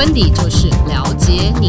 温迪就是了解你。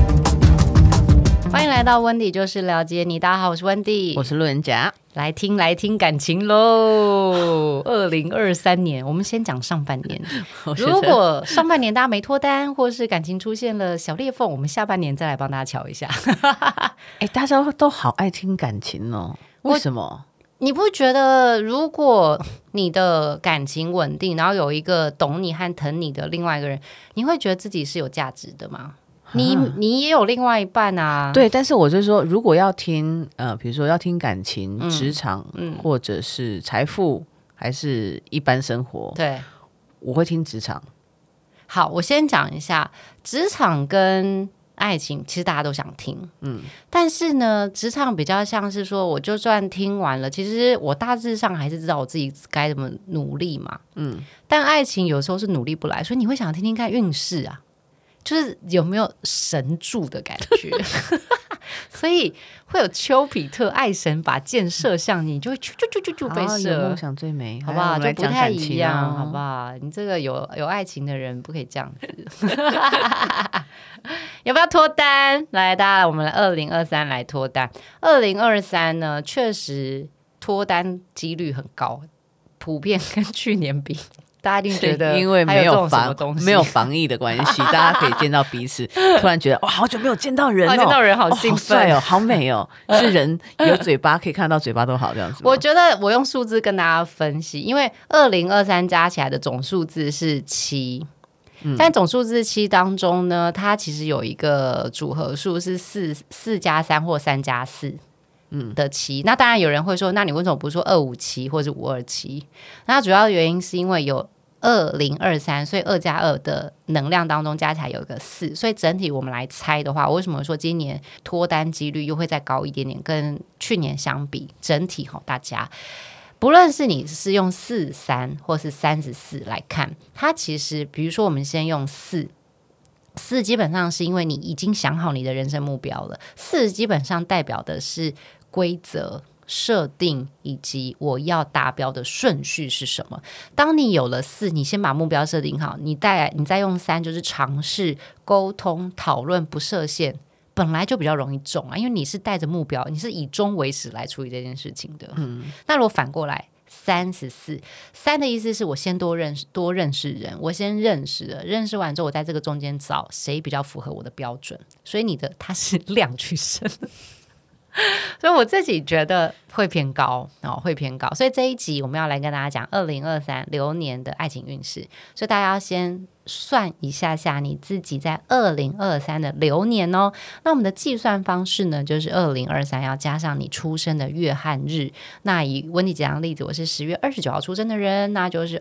欢迎来到温迪就是了解你，大家好，我是温迪， 我是路人甲。 来听感情喽。2023年，我们先讲上半年。如果上半年大家没脱单，或是感情出现了小裂缝，我们下半年再来帮大家瞧一下。 大家都好爱听感情哦，为什么？ 你不觉得如果你的感情稳定，然后有一个懂你和疼你的另外一个人，你会觉得自己是有价值的吗？你也有另外一半啊。 对，但是我就说，如果要听比如说要听感情、职场，或者是财富，还是一般生活， 对， 我会听职场。 好，我先讲一下职场跟爱情，其实大家都想听，但是呢，职场比较像是说，我就算听完了，其实我大致上还是知道我自己该怎么努力嘛，但爱情有时候是努力不来，所以你会想听听看运势啊，就是有没有神助的感觉。所以会有丘比特爱神把箭射向你，就会就被射。 有梦想最美， 好不好？就不太一样，好不好？ 好？你这个有爱情的人不可以这样子。要不要脱单？来，大家，我们来2023来脱单。2023呢，确实脱单几率很高，普遍跟去年比。大家一定觉得因为没有防疫的关系，大家可以见到彼此，突然觉得哇，好久没有见到人哦， 见到人好兴奋， 好帅哦，好美哦，是人有嘴巴可以看到嘴巴都好这样子。 我觉得我用数字跟大家分析，因为2023加起来的总数字是7。但总数字7当中呢，它其实有一个组合数是4+3或3+4的7。那当然有人会说，那你为什么不说257或是527？那主要的原因是因为有2023，所以2+2的能量当中加起来有一个4，所以整体我们来猜的话，我为什么说今年脱单几率又会再高一点点，跟去年相比，整体大家不论是你是用43或是34来看，它其实比如说我们先用4基本上是因为你已经想好你的人生目标了，4基本上代表的是规则设定以及我要达标的顺序是什么。当你有了4，你先把目标设定好，你再用3，就是尝试沟通讨论不设限，本来就比较容易中啊，因为你是带着目标，你是以终为始来处理这件事情的。那如果反过来34，3的意思是我先多认识人，我先认识完之后，我在这个中间找谁比较符合我的标准，所以它是量取胜。所以我自己觉得会偏高，会偏高。所以这一集我们要来跟大家讲2023流年的爱情运势，所以大家要先算一下你自己在2023的流年哦。那我们的计算方式呢，就是2023要加上你出生的月和日。那以温迪讲的例子，我是10月29号出生的人，那就是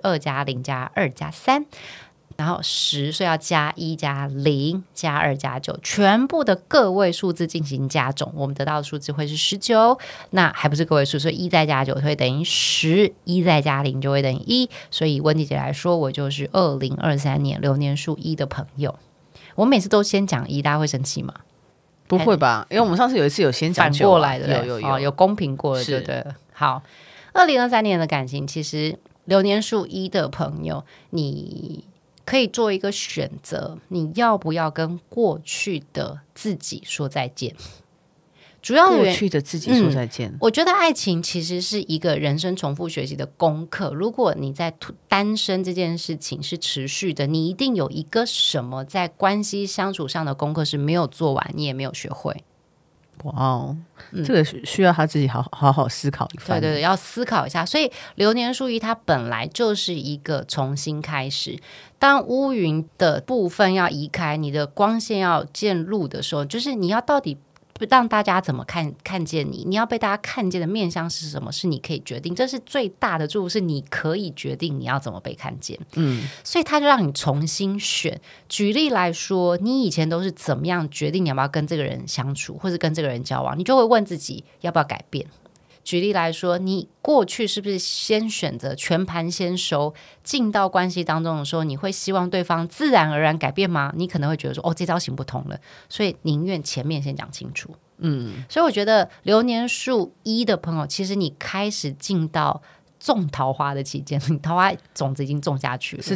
2+0+2+3。然后10，所以要加1加0加2加9，全部的个位数字进行加总，我们得到的数字会是19。那还不是个位数，所以1再加9会等于10，1再加0就会等于1。所以温迪姐来说，我就是2023年流年数1的朋友。我每次都先讲1，大家会生气吗？ 不会吧？因为我们上次有一次有先讲反过来的， 有公平过了，对不对？好，2023年的感情，其实流年数1的朋友，你可以做一个选择，你要不要跟过去的自己说再见？主要的过去的自己说再见， 我觉得爱情其实是一个人生重复学习的功课。如果你在单身这件事情是持续的，你一定有一个什么在关系相处上的功课是没有做完，你也没有学会。 哇哦，这个需要他自己好好思考一番。 对，要思考一下。所以流年数1它本来就是一个重新开始，当乌云的部分要移开，你的光线要见路的时候，就是你要到底让大家怎么看见你，你要被大家看见的面向是什么，是你可以决定，这是最大的祝福，是你可以决定你要怎么被看见。所以他就让你重新选。举例来说，你以前都是怎么样决定你要不要跟这个人相处，或是跟这个人交往，你就会问自己要不要改变。举例来说，你过去是不是先选择全盘先收，进到关系当中的时候，你会希望对方自然而然改变吗？你可能会觉得说，这招行不通了，所以宁愿前面先讲清楚。所以我觉得流年数1的朋友，其实你开始进到种桃花的期间，你桃花种子已经种下去了，是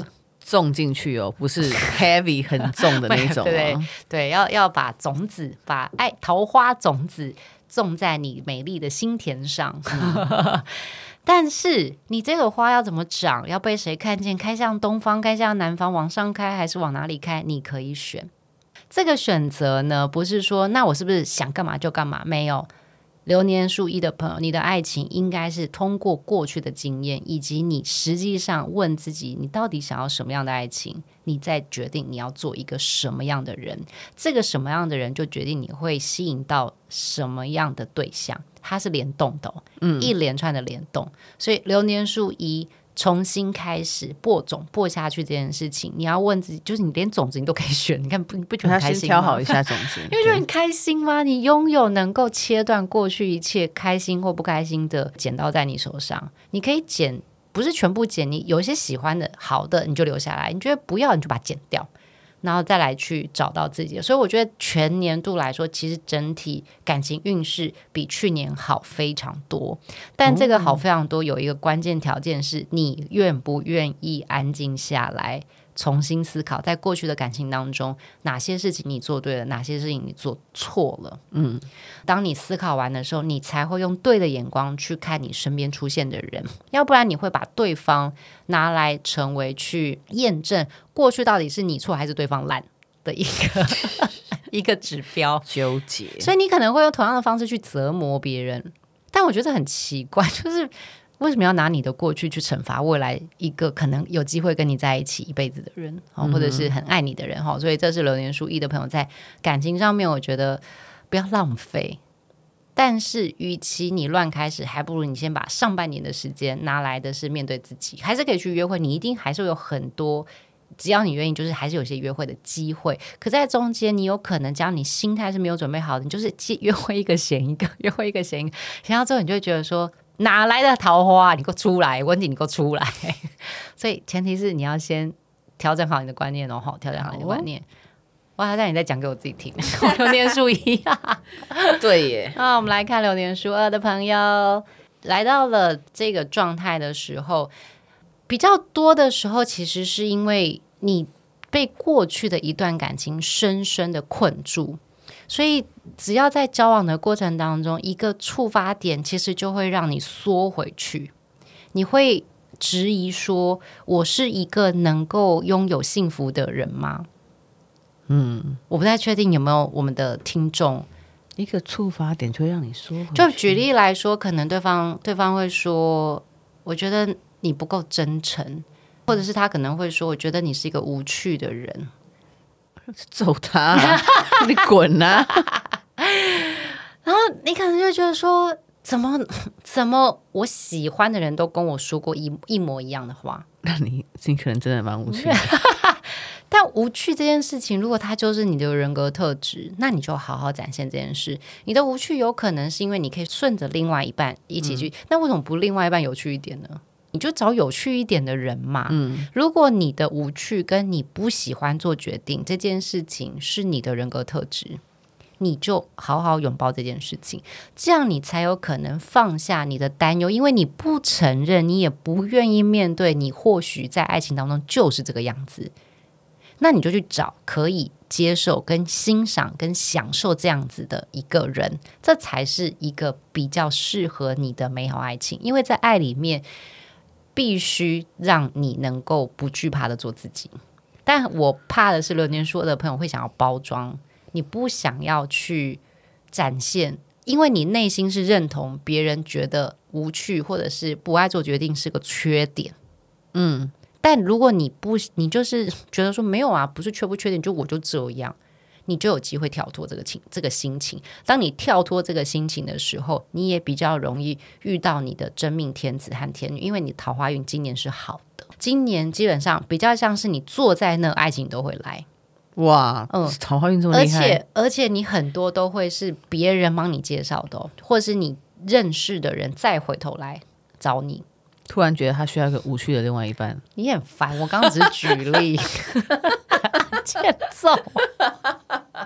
种进去哦，不是 heavy 很重的那种、哦。 对，要把种子，把桃花种子种在你美丽的心田上。但是你这个花要怎么长，要被谁看见，开向东方，开向南方，往上开还是往哪里开，你可以选。这个选择呢，不是说那我是不是想干嘛就干嘛，没有。流年数1的朋友，你的爱情应该是通过过去的经验，以及你实际上问自己你到底想要什么样的爱情，你再决定你要做一个什么样的人。这个什么样的人就决定你会吸引到什么样的对象，它是联动的、一连串的联动。所以流年数1重新开始播种播下去这件事情，你要问自己，就是你连种子你都可以选，你看不觉得很开心吗？ 先挑好一下种子， 因为觉得很开心吗？你拥有能够切断过去一切开心或不开心的剪刀在你手上，你可以剪，不是全部剪，你有一些喜欢的好的你就留下来，你觉得不要你就把它剪掉，然后再来去找到自己。所以我觉得全年度来说，其实整体感情运势比去年好非常多，但这个好非常多有一个关键条件是你愿不愿意安静下来重新思考，在过去的感情当中哪些事情你做对了，哪些事情你做错了。当你思考完的时候，你才会用对的眼光去看你身边出现的人，要不然你会把对方拿来成为去验证过去到底是你错还是对方烂的一个指标， 纠结。 所以你可能会用同样的方式去折磨别人，但我觉得很奇怪，就是为什么要拿你的过去去惩罚未来一个可能有机会跟你在一起一辈子的人，或者是很爱你的人。所以这是流年数1的朋友在感情上面，我觉得不要浪费。但是与其你乱开始，还不如你先把上半年的时间拿来的是面对自己，还是可以去约会，你一定还是有很多，只要你愿意，就是还是有些约会的机会。可在中间你有可能只要你心态是没有准备好的，你就是约会一个嫌一个，约会一个嫌一个，嫌到之后你就会觉得说哪来的桃花，你给我出来，问题你给我出来。所以前提是你要先调整好你的观念哦，调整好你的观念。哇，让你再讲给我自己听。流年数1啊， 对耶。 我们来看流年数2的朋友，来到了这个状态的时候，比较多的时候其实是因为你被过去的一段感情深深的困住，所以只要在交往的过程当中，一个触发点其实就会让你缩回去，你会质疑说我是一个能够拥有幸福的人吗？我不太确定有没有我们的听众一个触发点就会让你缩回去。 就举例来说，可能对方会说我觉得你不够真诚，或者是他可能会说我觉得你是一个无趣的人， 揍他啊你滚啊然后你可能就觉得说怎么我喜欢的人都跟我说过一模一样的话， 那你可能真的蛮无趣的但无趣这件事情，如果它就是你的人格特质，那你就好好展现这件事。你的无趣有可能是因为你可以顺着另外一半一起去，那为什么不另外一半有趣一点呢？你就找有趣一点的人嘛。如果你的无趣跟你不喜欢做决定这件事情是你的人格特质，你就好好拥抱这件事情，这样你才有可能放下你的担忧，因为你不承认，你也不愿意面对，你或许在爱情当中就是这个样子，那你就去找可以接受跟欣赏跟享受这样子的一个人，这才是一个比较适合你的美好爱情。因为在爱里面必须让你能够不惧怕的做自己，但我怕的是流年数2的朋友会想要包装，你不想要去展现，因为你内心是认同别人觉得无趣或者是不爱做决定是个缺点。但如果你就是觉得说没有啊，不是缺不缺点，就我就这样，你就有机会跳脱这个心情。当你跳脱这个心情的时候，你也比较容易遇到你的真命天子和天女，因为你桃花运今年是好的，今年基本上比较像是你坐在那，爱情都会来。 哇，桃花运这么厉害， 而且你很多都会是别人帮你介绍的或者是你认识的人再回头来找你。 突然觉得他需要一个无趣的另外一半， 你很烦，我刚刚只是举例欠揍你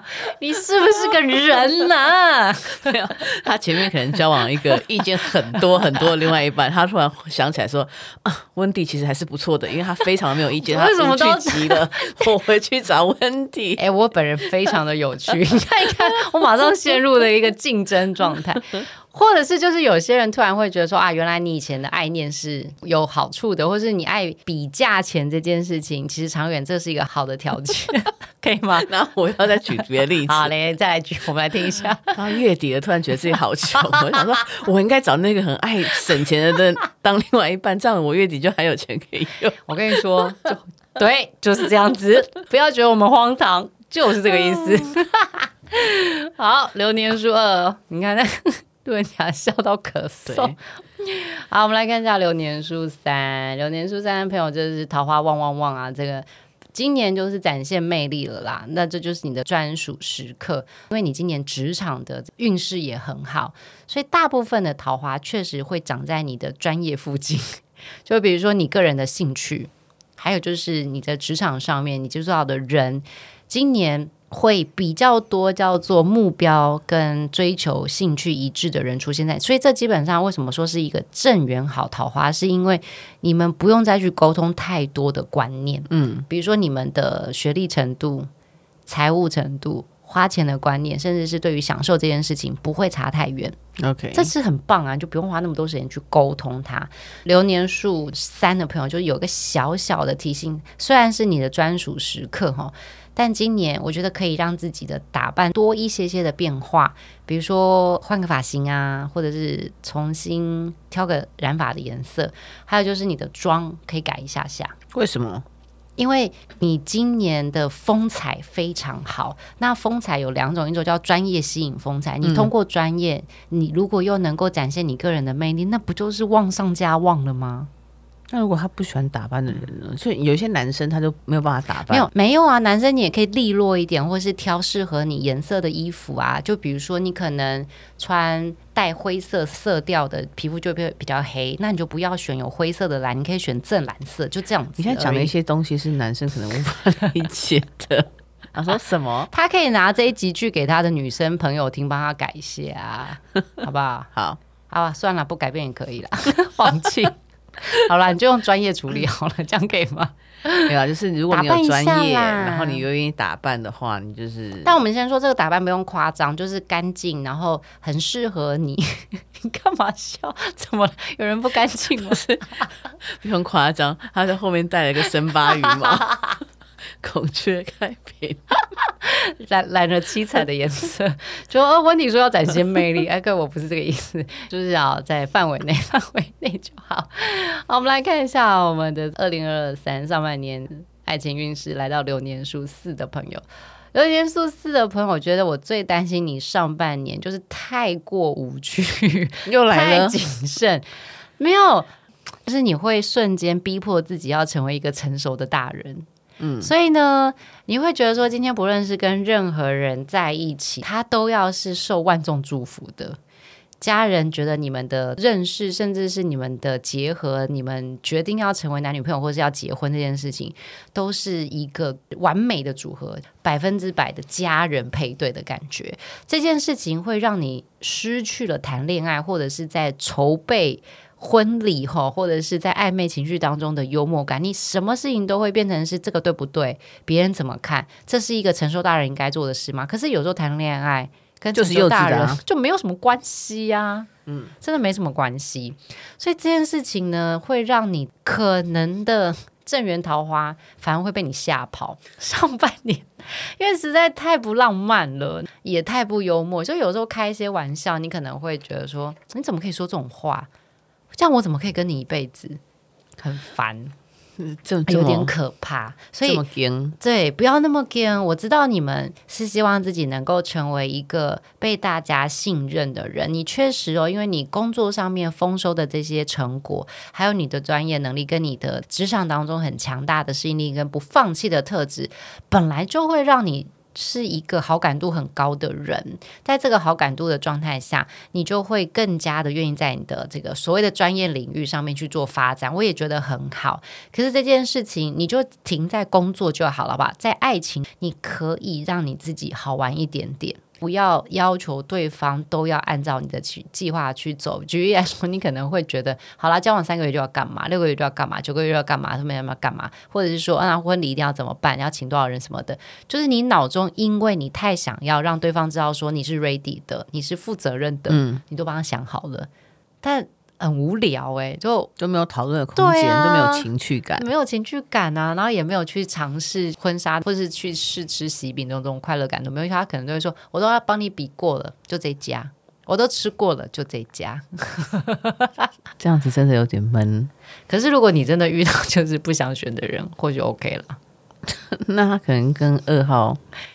你是不是个人啊？ 没有，他前面可能交往一个意见很多很多的另外一半，他突然想起来说啊，温蒂其实还是不错的，因为他非常的没有意见，他为什么都聚集了，我回去找温蒂。 我本人非常的有趣，你看一看，我马上陷入了一个竞争状态。或者是就是有些人突然会觉得说啊，原来你以前的爱念是有好处的，或是你爱比价钱这件事情，其实长远这是一个好的条件，可以吗？ 然后我要再举别的例子。 好嘞，再来举，我们来听一下。 他月底了，突然觉得自己好穷，我想说，我应该找那个很爱省钱的人当另外一半，这样我月底就还有钱可以用。 我跟你说，对，就是这样子，不要觉得我们荒唐，就是这个意思。好，流年数2，你看那。陆文强笑到咳嗽。好，我们来看一下流年数3。流年数3的朋友就是桃花旺旺旺啊，这个今年就是展现魅力了啦。那这就是你的专属时刻，因为你今年职场的运势也很好，所以大部分的桃花确实会长在你的专业附近。就比如说你个人的兴趣，还有就是你的职场上面你接触到的人，今年会比较多叫做目标跟追求兴趣一致的人出现在，所以这基本上为什么说是一个正缘好桃花，是因为你们不用再去沟通太多的观念，比如说你们的学历程度、财务程度、花钱的观念，甚至是对于享受这件事情不会差太远。 OK， 这是很棒啊，就不用花那么多时间去沟通它。流年数3的朋友就有个小小的提醒，虽然是你的专属时刻但今年我觉得可以让自己的打扮多一些些的变化，比如说换个发型啊，或者是重新挑个染发的颜色，还有就是你的妆可以改一下下。 为什么？ 因为你今年的风采非常好，那风采有2种，一种叫专业吸引风采，你通过专业，你如果又能够展现你个人的魅力，那不就是旺上加旺了吗？ 那如果他不喜欢打扮的人呢？就有一些男生他就没有办法打扮。 没有啊，男生你也可以利落一点，或是挑适合你颜色的衣服啊。就比如说你可能穿带灰色色调的，皮肤就会比较黑，那你就不要选有灰色的蓝，你可以选正蓝色，就这样子。 你现在讲的一些东西是男生可能无法理解的。他说什么？ 他可以拿这一集去给他的女生朋友听，帮他改一下啊，好不好？ 好吧，算了，不改变也可以啦，放弃。好啦，你就用专业处理好了，这样可以吗？ 对啊，就是如果你有专业，然后你又愿意打扮的话，你就是。 但我们先说这个打扮不用夸张，就是干净，然后很适合你。你干嘛笑？怎么有人不干净吗？ 不用夸张，他在后面带了一个深巴羽毛。孔雀开屏， 染了七彩的颜色，就温迪说要展现魅力，可我不是这个意思，就是要在范围内就好。好，我们来看一下我们的2023上半年爱情运势，来到流年数4的朋友。流年数4的朋友，我觉得我最担心你上半年就是太过无趣， 又来了， 太谨慎，没有，就是你会瞬间逼迫自己要成为一个成熟的大人。所以呢，你会觉得说，今天不论是跟任何人在一起，他都要是受万众祝福的。家人觉得你们的认识，甚至是你们的结合，你们决定要成为男女朋友或是要结婚这件事情，都是一个完美的组合，100%的家人配对的感觉。这件事情会让你失去了谈恋爱或者是在筹备婚礼或者是在暧昧情绪当中的幽默感，你什么事情都会变成是这个对不对，别人怎么看，这是一个成熟大人应该做的事吗？可是有时候谈恋爱跟成熟大人就没有什么关系啊，真的没什么关系。所以这件事情呢，会让你可能的正缘桃花反而会被你吓跑。上半年因为实在太不浪漫了，也太不幽默，就有时候开一些玩笑，你可能会觉得说，你怎么可以说这种话？这样我怎么可以跟你一辈子？很烦，有点可怕。所以对，不要那么僵。我知道你们是希望自己能够成为一个被大家信任的人。你确实因为你工作上面丰收的这些成果，还有你的专业能力，跟你的职场当中很强大的适应力跟不放弃的特质，本来就会让你是一个好感度很高的人，在这个好感度的状态下，你就会更加的愿意在你的这个所谓的专业领域上面去做发展，我也觉得很好。可是这件事情你就停在工作就好了吧，在爱情你可以让你自己好玩一点点，不要要求对方都要按照你的计划去走。举例来说，你可能会觉得好啦，交往3个月就要干嘛，6个月就要干嘛，9个月就要干嘛，他们要干嘛，或者是说那婚礼一定要怎么办，要请多少人什么的，就是你脑中因为你太想要让对方知道说你是 ready 的，你是负责任的，你都帮他想好了，但很无聊就没有讨论的空间，就没有情趣感， 没有情趣感啊，然后也没有去尝试婚纱或是去试吃喜饼这种快乐感都没有。他可能都会说我都要帮你比过了，就这家，我都吃过了，就这家。 这样子真的有点闷。 可是如果你真的遇到就是不想选的人，或许 OK 了。 那他可能跟2号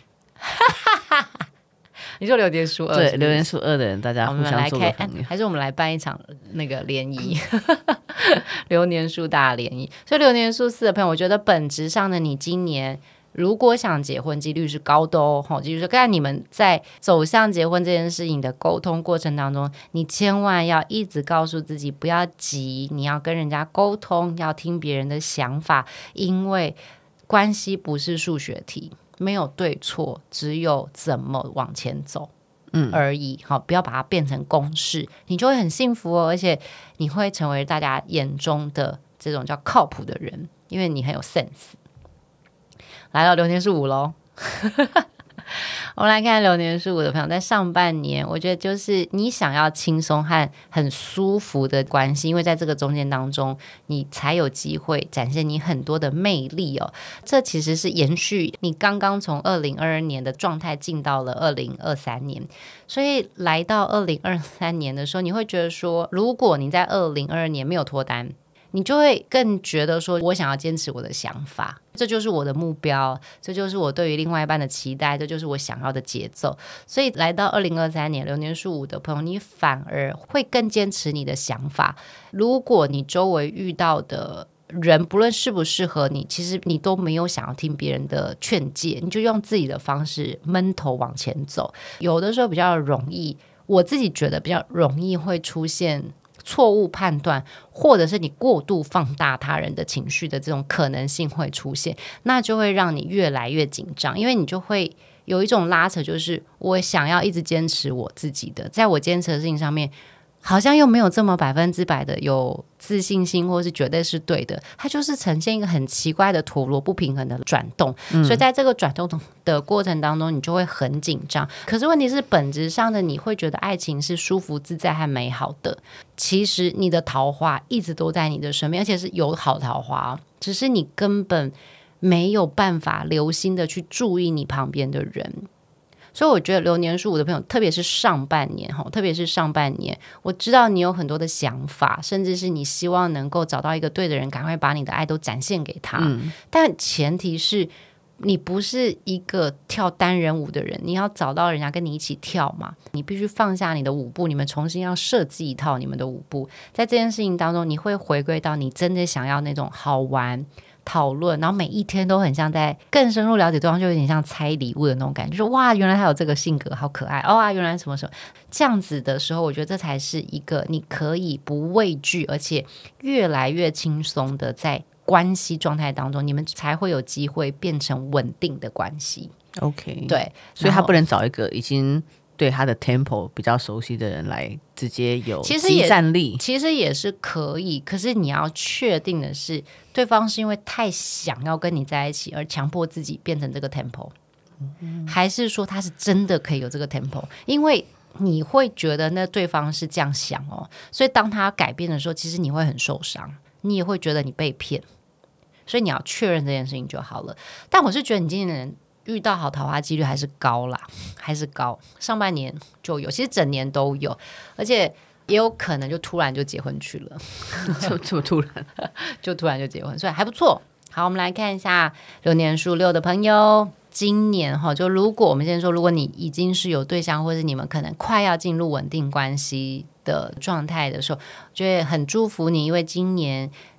你说流年数2， 对，流年数2的人，大家互相做个朋友， 还是我们来办一场那个联谊，流年数大联谊。所以流年数4的朋友，我觉得本质上的你今年如果想结婚，几率是高的哦。就是看你们在走向结婚这件事情的沟通过程当中，你千万要一直告诉自己不要急，你要跟人家沟通，要听别人的想法，因为关系不是数学题，没有对错，只有怎么往前走而已。好，不要把它变成公式，你就会很幸福哦，而且你会成为大家眼中的这种叫靠谱的人，因为你很有 sense。来到流年数5咯我们来看流年数5的朋友，在上半年我觉得就是你想要轻松和很舒服的关系，因为在这个中间当中你才有机会展现你很多的魅力哦。这其实是延续你刚刚从2022年的状态进到了2023年，所以来到2023年的时候，你会觉得说如果你在2022年没有脱单，你就会更觉得说我想要坚持我的想法，这就是我的目标，这就是我对于另外一半的期待，这就是我想要的节奏。所以来到2023年流年数5的朋友，你反而会更坚持你的想法。如果你周围遇到的人不论适不适合你，其实你都没有想要听别人的劝诫，你就用自己的方式闷头往前走。有的时候比较容易，我自己觉得比较容易会出现错误判断，或者是你过度放大他人的情绪的这种可能性会出现，那就会让你越来越紧张，因为你就会有一种拉扯，就是我想要一直坚持我自己的，在我坚持的事情上面好像又没有这么100%的有自信心，或是绝对是对的，它就是呈现一个很奇怪的陀螺不平衡的转动，所以在这个转动的过程当中，你就会很紧张。可是问题是本质上的你会觉得爱情是舒服自在和美好的，其实你的桃花一直都在你的身边，而且是有好桃花，只是你根本没有办法留心的去注意你旁边的人。所以我觉得流年数5的朋友，特别是上半年，我知道你有很多的想法，甚至是你希望能够找到一个对的人，赶快把你的爱都展现给他，但前提是你不是一个跳单人舞的人，你要找到人家跟你一起跳嘛，你必须放下你的舞步，你们重新要设计一套你们的舞步。在这件事情当中，你会回归到你真的想要那种好玩讨论，然后每一天都很像在更深入了解对方，就有点像拆礼物的那种感觉，就是哇原来他有这个性格好可爱哦啊，原来什么什么这样子的时候，我觉得这才是一个你可以不畏惧而且越来越轻松的在关系状态当中，你们才会有机会变成稳定的关系。 OK， 对， 所以他不能找一个已经对他的 tempo 比较熟悉的人来直接有激战力， 其实也是可以，可是你要确定的是对方是因为太想要跟你在一起而强迫自己变成这个 tempo，还是说他是真的可以有这个 tempo， 因为你会觉得那对方是这样想哦，所以当他改变的时候，其实你会很受伤，你也会觉得你被骗，所以你要确认这件事情就好了。但我是觉得你今年遇到好桃花几率还是高啦，还是高，上半年就有，其实整年都有，而且也有可能就突然就结婚去了这么突然就突然就结婚，所以还不错。好，我们来看一下流年数6的朋友，今年就如果我们先说，如果你已经是有对象，或是你们可能快要进入稳定关系的状态的时候，觉得很祝福你，因为今年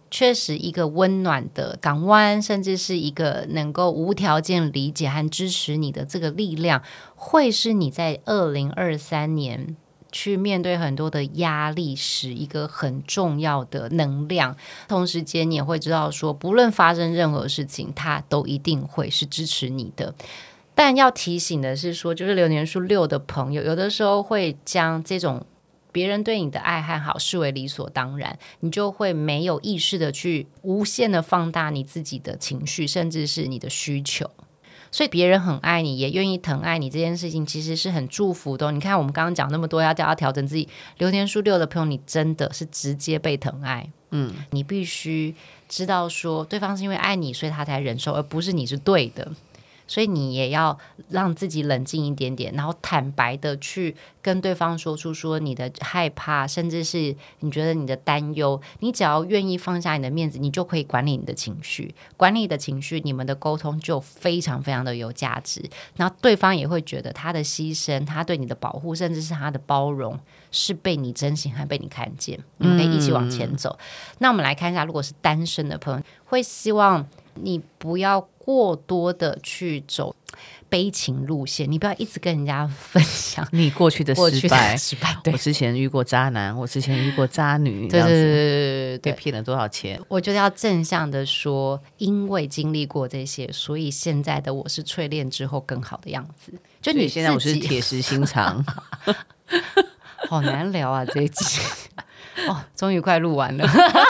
确实一个温暖的港湾，甚至是一个能够无条件理解和支持你的这个力量，会是你在2023年去面对很多的压力时一个很重要的能量。同时间你也会知道说，不论发生任何事情，它都一定会是支持你的。但要提醒的是说，就是流年数6的朋友，有的时候会将这种别人对你的爱和好视为理所当然，你就会没有意识的去无限的放大你自己的情绪，甚至是你的需求。所以别人很爱你，也愿意疼爱你，这件事情其实是很祝福的。你看我们刚刚讲那么多要调整自己，流年数6的朋友，你真的是直接被疼爱。你必须知道说，对方是因为爱你，所以他才忍受，而不是你是对的。所以你也要让自己冷静一点点，然后坦白的去跟对方说出说你的害怕，甚至是你觉得你的担忧。你只要愿意放下你的面子，你就可以管理你的情绪。管理你的情绪，你们的沟通就非常非常的有价值。然后对方也会觉得他的牺牲，他对你的保护，甚至是他的包容，是被你珍惜和被你看见。你们可以一起往前走。那我们来看一下，如果是单身的朋友，会希望你不要过多的去走悲情路线，你不要一直跟人家分享你过去的失败。 对， 我之前遇过渣男，我之前遇过渣女， 对对对对对， 被骗了多少钱？ 我觉得要正向的说，因为经历过这些，所以现在的我是淬炼之后更好的样子。就你现在我是铁石心肠， 好难聊啊这一集哦，终于快录完了。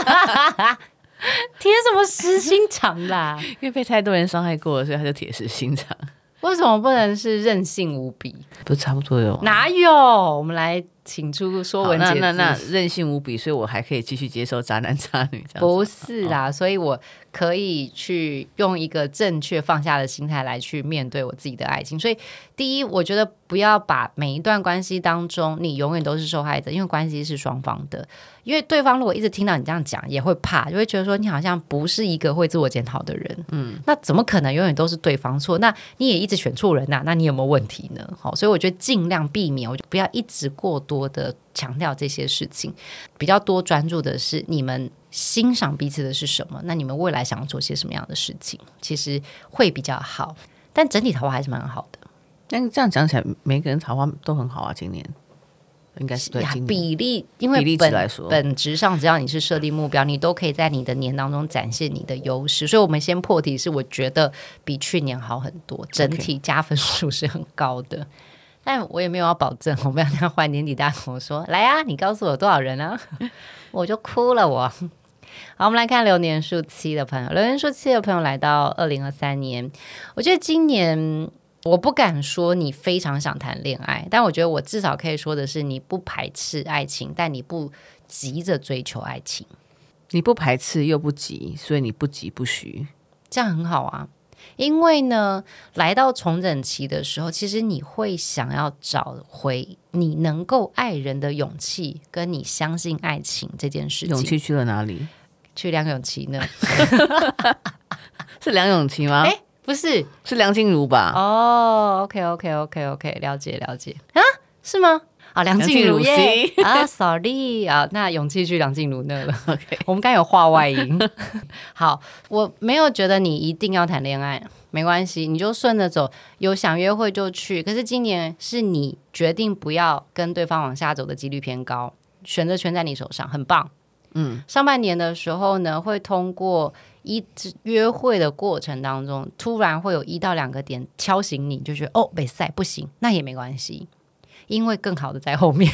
铁什么石心肠啦？ 因为被太多人伤害过了，所以他就铁石心肠。 为什么不能是任性无比？ 不是差不多有？ 哪有？我们来请出说文解字。 那任性无比，所以我还可以继续接受渣男渣女这样子。 不是啦，所以我可以去用一个正确放下的心态来去面对我自己的爱情。所以第一，我觉得不要把每一段关系当中你永远都是受害者，因为关系是双方的。因为对方如果一直听到你这样讲，也会怕，就会觉得说你好像不是一个会自我检讨的人。那怎么可能永远都是对方错？那你也一直选错人啊，那你有没有问题呢？好，所以我觉得尽量避免，我就不要一直过多的强调这些事情，比较多专注的是你们欣赏彼此的是什么，那你们未来想要做些什么样的事情，其实会比较好。但整体桃花还是蛮好的。 但这样讲起来，每个人桃花都很好啊，今年。应该是对比例，因为本质上只要你是设定目标，你都可以在你的年当中展现你的优势。所以我们先破题是，我觉得比去年好很多，整体加分数是很高的。但我也没有要保证，我们要换年底大家跟我说来啊，你告诉我多少人啊，我就哭了我。好，我们来看流年数7的朋友。流年数7的朋友来到2023年，我觉得今年我不敢说你非常想谈恋爱，但我觉得我至少可以说的是，你不排斥爱情，但你不急着追求爱情。 你不排斥又不急，所以你不急不徐， 这样很好啊。因为呢，来到重整期的时候，其实你会想要找回你能够爱人的勇气，跟你相信爱情这件事情。 勇气去了哪里？ 去梁咏琪呢？ 是梁咏琪吗？ 不是， 是梁静茹吧？ 哦 OK， 了解啊，是吗？啊，梁静茹耶啊 ，sorry 啊，那勇气去梁静茹那了。 OK， 我们刚有话外音。好，我没有觉得你一定要谈恋爱，没关系，你就顺着走，有想约会就去。可是今年是你决定不要跟对方往下走的几率偏高，选择权在你手上，很棒。上半年的时候呢，会通过约会的过程当中，突然会有1到2个点敲醒你，就觉得哦，没赛不行，那也没关系，因为更好的在后面。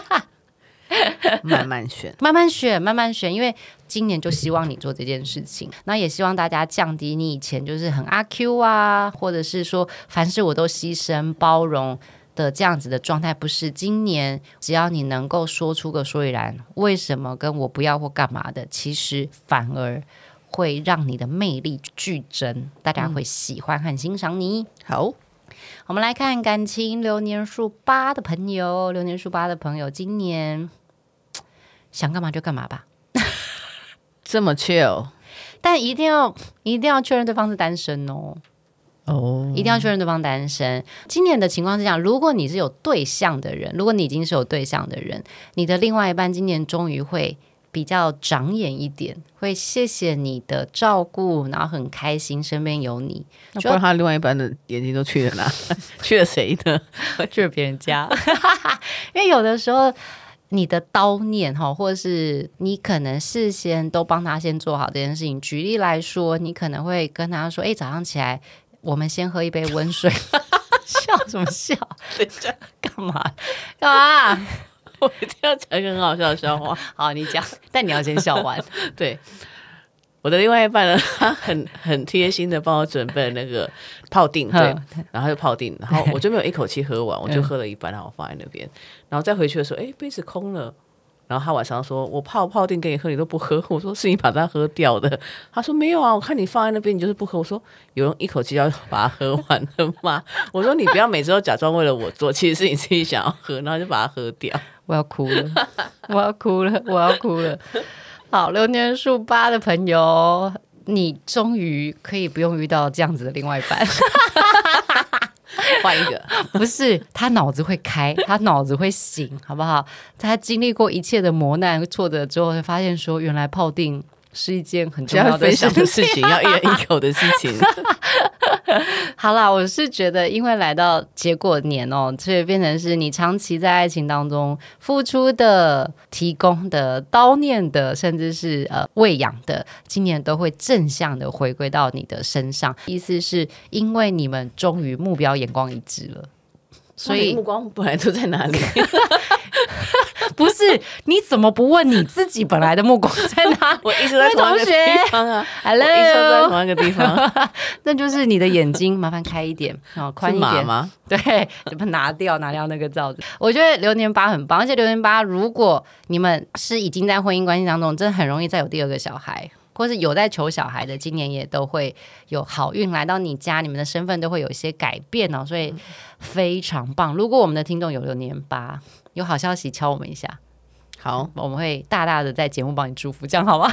慢慢选， 慢慢选，因为今年就希望你做这件事情，那也希望大家降低你以前就是很阿 Q 啊，或者是说凡事我都牺牲包容的这样子的状态。不是，今年只要你能够说出个所以然，为什么跟我不要或干嘛的，其实反而会让你的魅力剧增，大家会喜欢和欣赏你。 好， 我们来看感情。流年数8的朋友，流年数8的朋友，今年想干嘛就干嘛吧。 这么 chill， 但一定要确认对方是单身哦。一定要确认对方单身。今年的情况是这样，如果你是有对象的人，如果你已经是有对象的人，你的另外一半今年终于会比较长眼一点，会谢谢你的照顾，然后很开心身边有你。 那不然他另外一半的眼睛都去了哪？去了谁呢？ 去了别人家。因为有的时候你的叨念或者是你可能事先都帮他先做好这件事情。举例来说，你可能会跟他说早上起来我们先喝一杯温水。笑什么笑？干嘛？ 我一定要讲一个很好笑的笑话。 好，你讲，但你要先笑完。 对，我的另外一半呢，他很贴心的帮我准备了那个泡定，对，然后就泡定，然后我就没有一口气喝完，我就喝了一半，然后我放在那边，然后再回去的时候，杯子空了。然后他晚上说：“我泡定给你喝，你都不喝。”我说：“是你把它喝掉的。”他说：“没有啊，我看你放在那边，你就是不喝。”我说：“有人一口气要把它喝完的吗？”我说：“你不要每次都假装为了我做，其实是你自己想要喝，然后就把它喝掉。” 我要哭了，我要哭了，我要哭了。好，流年数8的朋友，你终于可以不用遇到这样子的另外一半。 换一个。 不是，他脑子会开，他脑子会醒，好不好？他经历过一切的磨难挫折之后，会发现说原来泡定是一件很重要的事情，要一人一口的事情。 好啦，我是觉得因为来到结果年所以变成是你长期在爱情当中付出的、提供的、叨念的，甚至是喂养的，今年都会正向的回归到你的身上。意思是因为你们终于目标眼光一致了，所以目光本来都在哪里？ 不是，你怎么不问你自己本来的目光在哪？ 我一直在同一个地方啊。 Hello， 我一直在同一个地方。 那就是你的眼睛麻烦开一点，宽一点。 是马吗？ 对，拿掉那个罩子。我觉得流年8很棒，而且流年8如果你们是已经在婚姻关系当中，真的很容易再有第2个小孩，或是有在求小孩的，今年也都会有好运来到你家，你们的身份都会有一些改变所以非常棒。如果我们的听众有流年8，有好消息敲我们一下， 好， 我们会大大的在节目帮你祝福，这样好吗？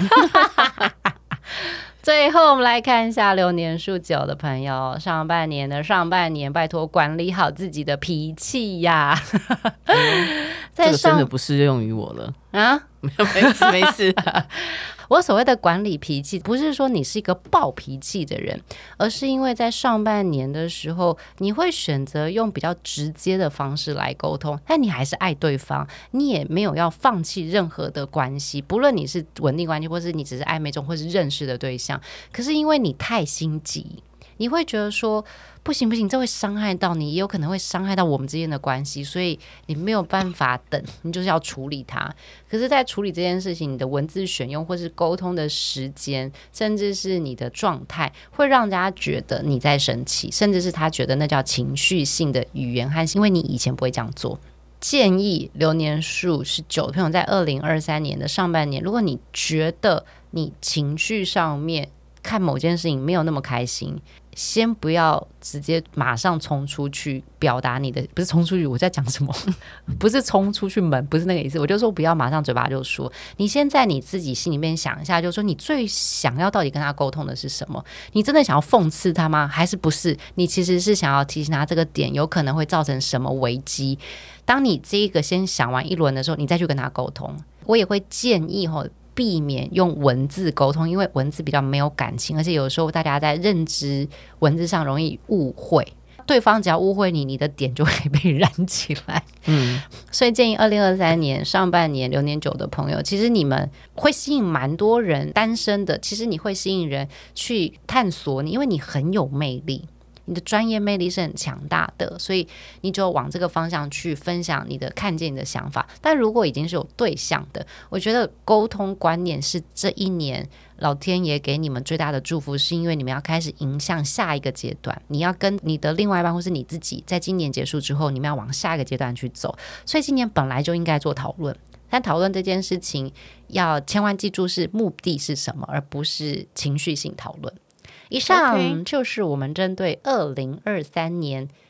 最后我们来看一下流年数9的朋友，上半年，拜托管理好自己的脾气呀。 这个真的不适用于我了啊！没事。 我所谓的管理脾气，不是说你是一个暴脾气的人，而是因为在上半年的时候，你会选择用比较直接的方式来沟通，但你还是爱对方，你也没有要放弃任何的关系，不论你是稳定关系，或是你只是暧昧中或是认识的对象，可是因为你太心急，你会觉得说不行，这会伤害到你，也有可能会伤害到我们之间的关系，所以你没有办法等，你就是要处理它。可是在处理这件事情，你的文字选用或是沟通的时间，甚至是你的状态，会让人家觉得你在生气，甚至是他觉得那叫情绪性的语言，和因为你以前不会这样做。建议流年数19的朋友在2023年的上半年，如果你觉得你情绪上面看某件事情没有那么开心，先不要直接马上冲出去表达你的，不是冲出去，我在讲什么？不是冲出去门，不是那个意思。我就说不要马上嘴巴就说，你先在你自己心里面想一下，就是说你最想要到底跟他沟通的是什么？你真的想要讽刺他吗？还是不是？你其实是想要提醒他这个点有可能会造成什么危机？当你这个先想完一轮的时候，你再去跟他沟通。我也会建议避免用文字沟通，因为文字比较没有感情，而且有时候大家在认知文字上容易误会，对方只要误会你，你的点就会被燃起来。所以建议2023年上半年流年9的朋友，其实你们会吸引蛮多人单身的，其实你会吸引人去探索你，因为你很有魅力，你的专业魅力是很强大的，所以你就往这个方向去分享你的看见你的想法。但如果已经是有对象的，我觉得沟通观念是这一年老天爷给你们最大的祝福，是因为你们要开始迎向下一个阶段，你要跟你的另外一半或是你自己在今年结束之后，你们要往下一个阶段去走。所以今年本来就应该做讨论，但讨论这件事情要千万记住是目的是什么，而不是情绪性讨论。以上就是我们针对2023年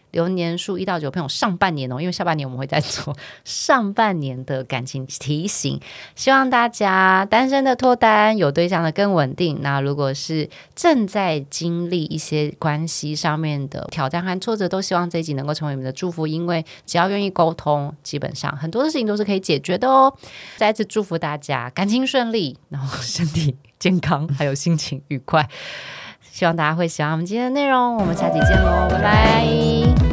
流年数1到9朋友上半年因为下半年我们会再做上半年的感情提醒，希望大家单身的脱单，有对象的更稳定。那如果是正在经历一些关系上面的挑战和挫折，都希望这一集能够成为你们的祝福，因为只要愿意沟通，基本上很多的事情都是可以解决的哦。再次祝福大家感情顺利，然后身体健康，还有心情愉快。希望大家会喜欢我们今天的内容，我们下期见喽，拜拜。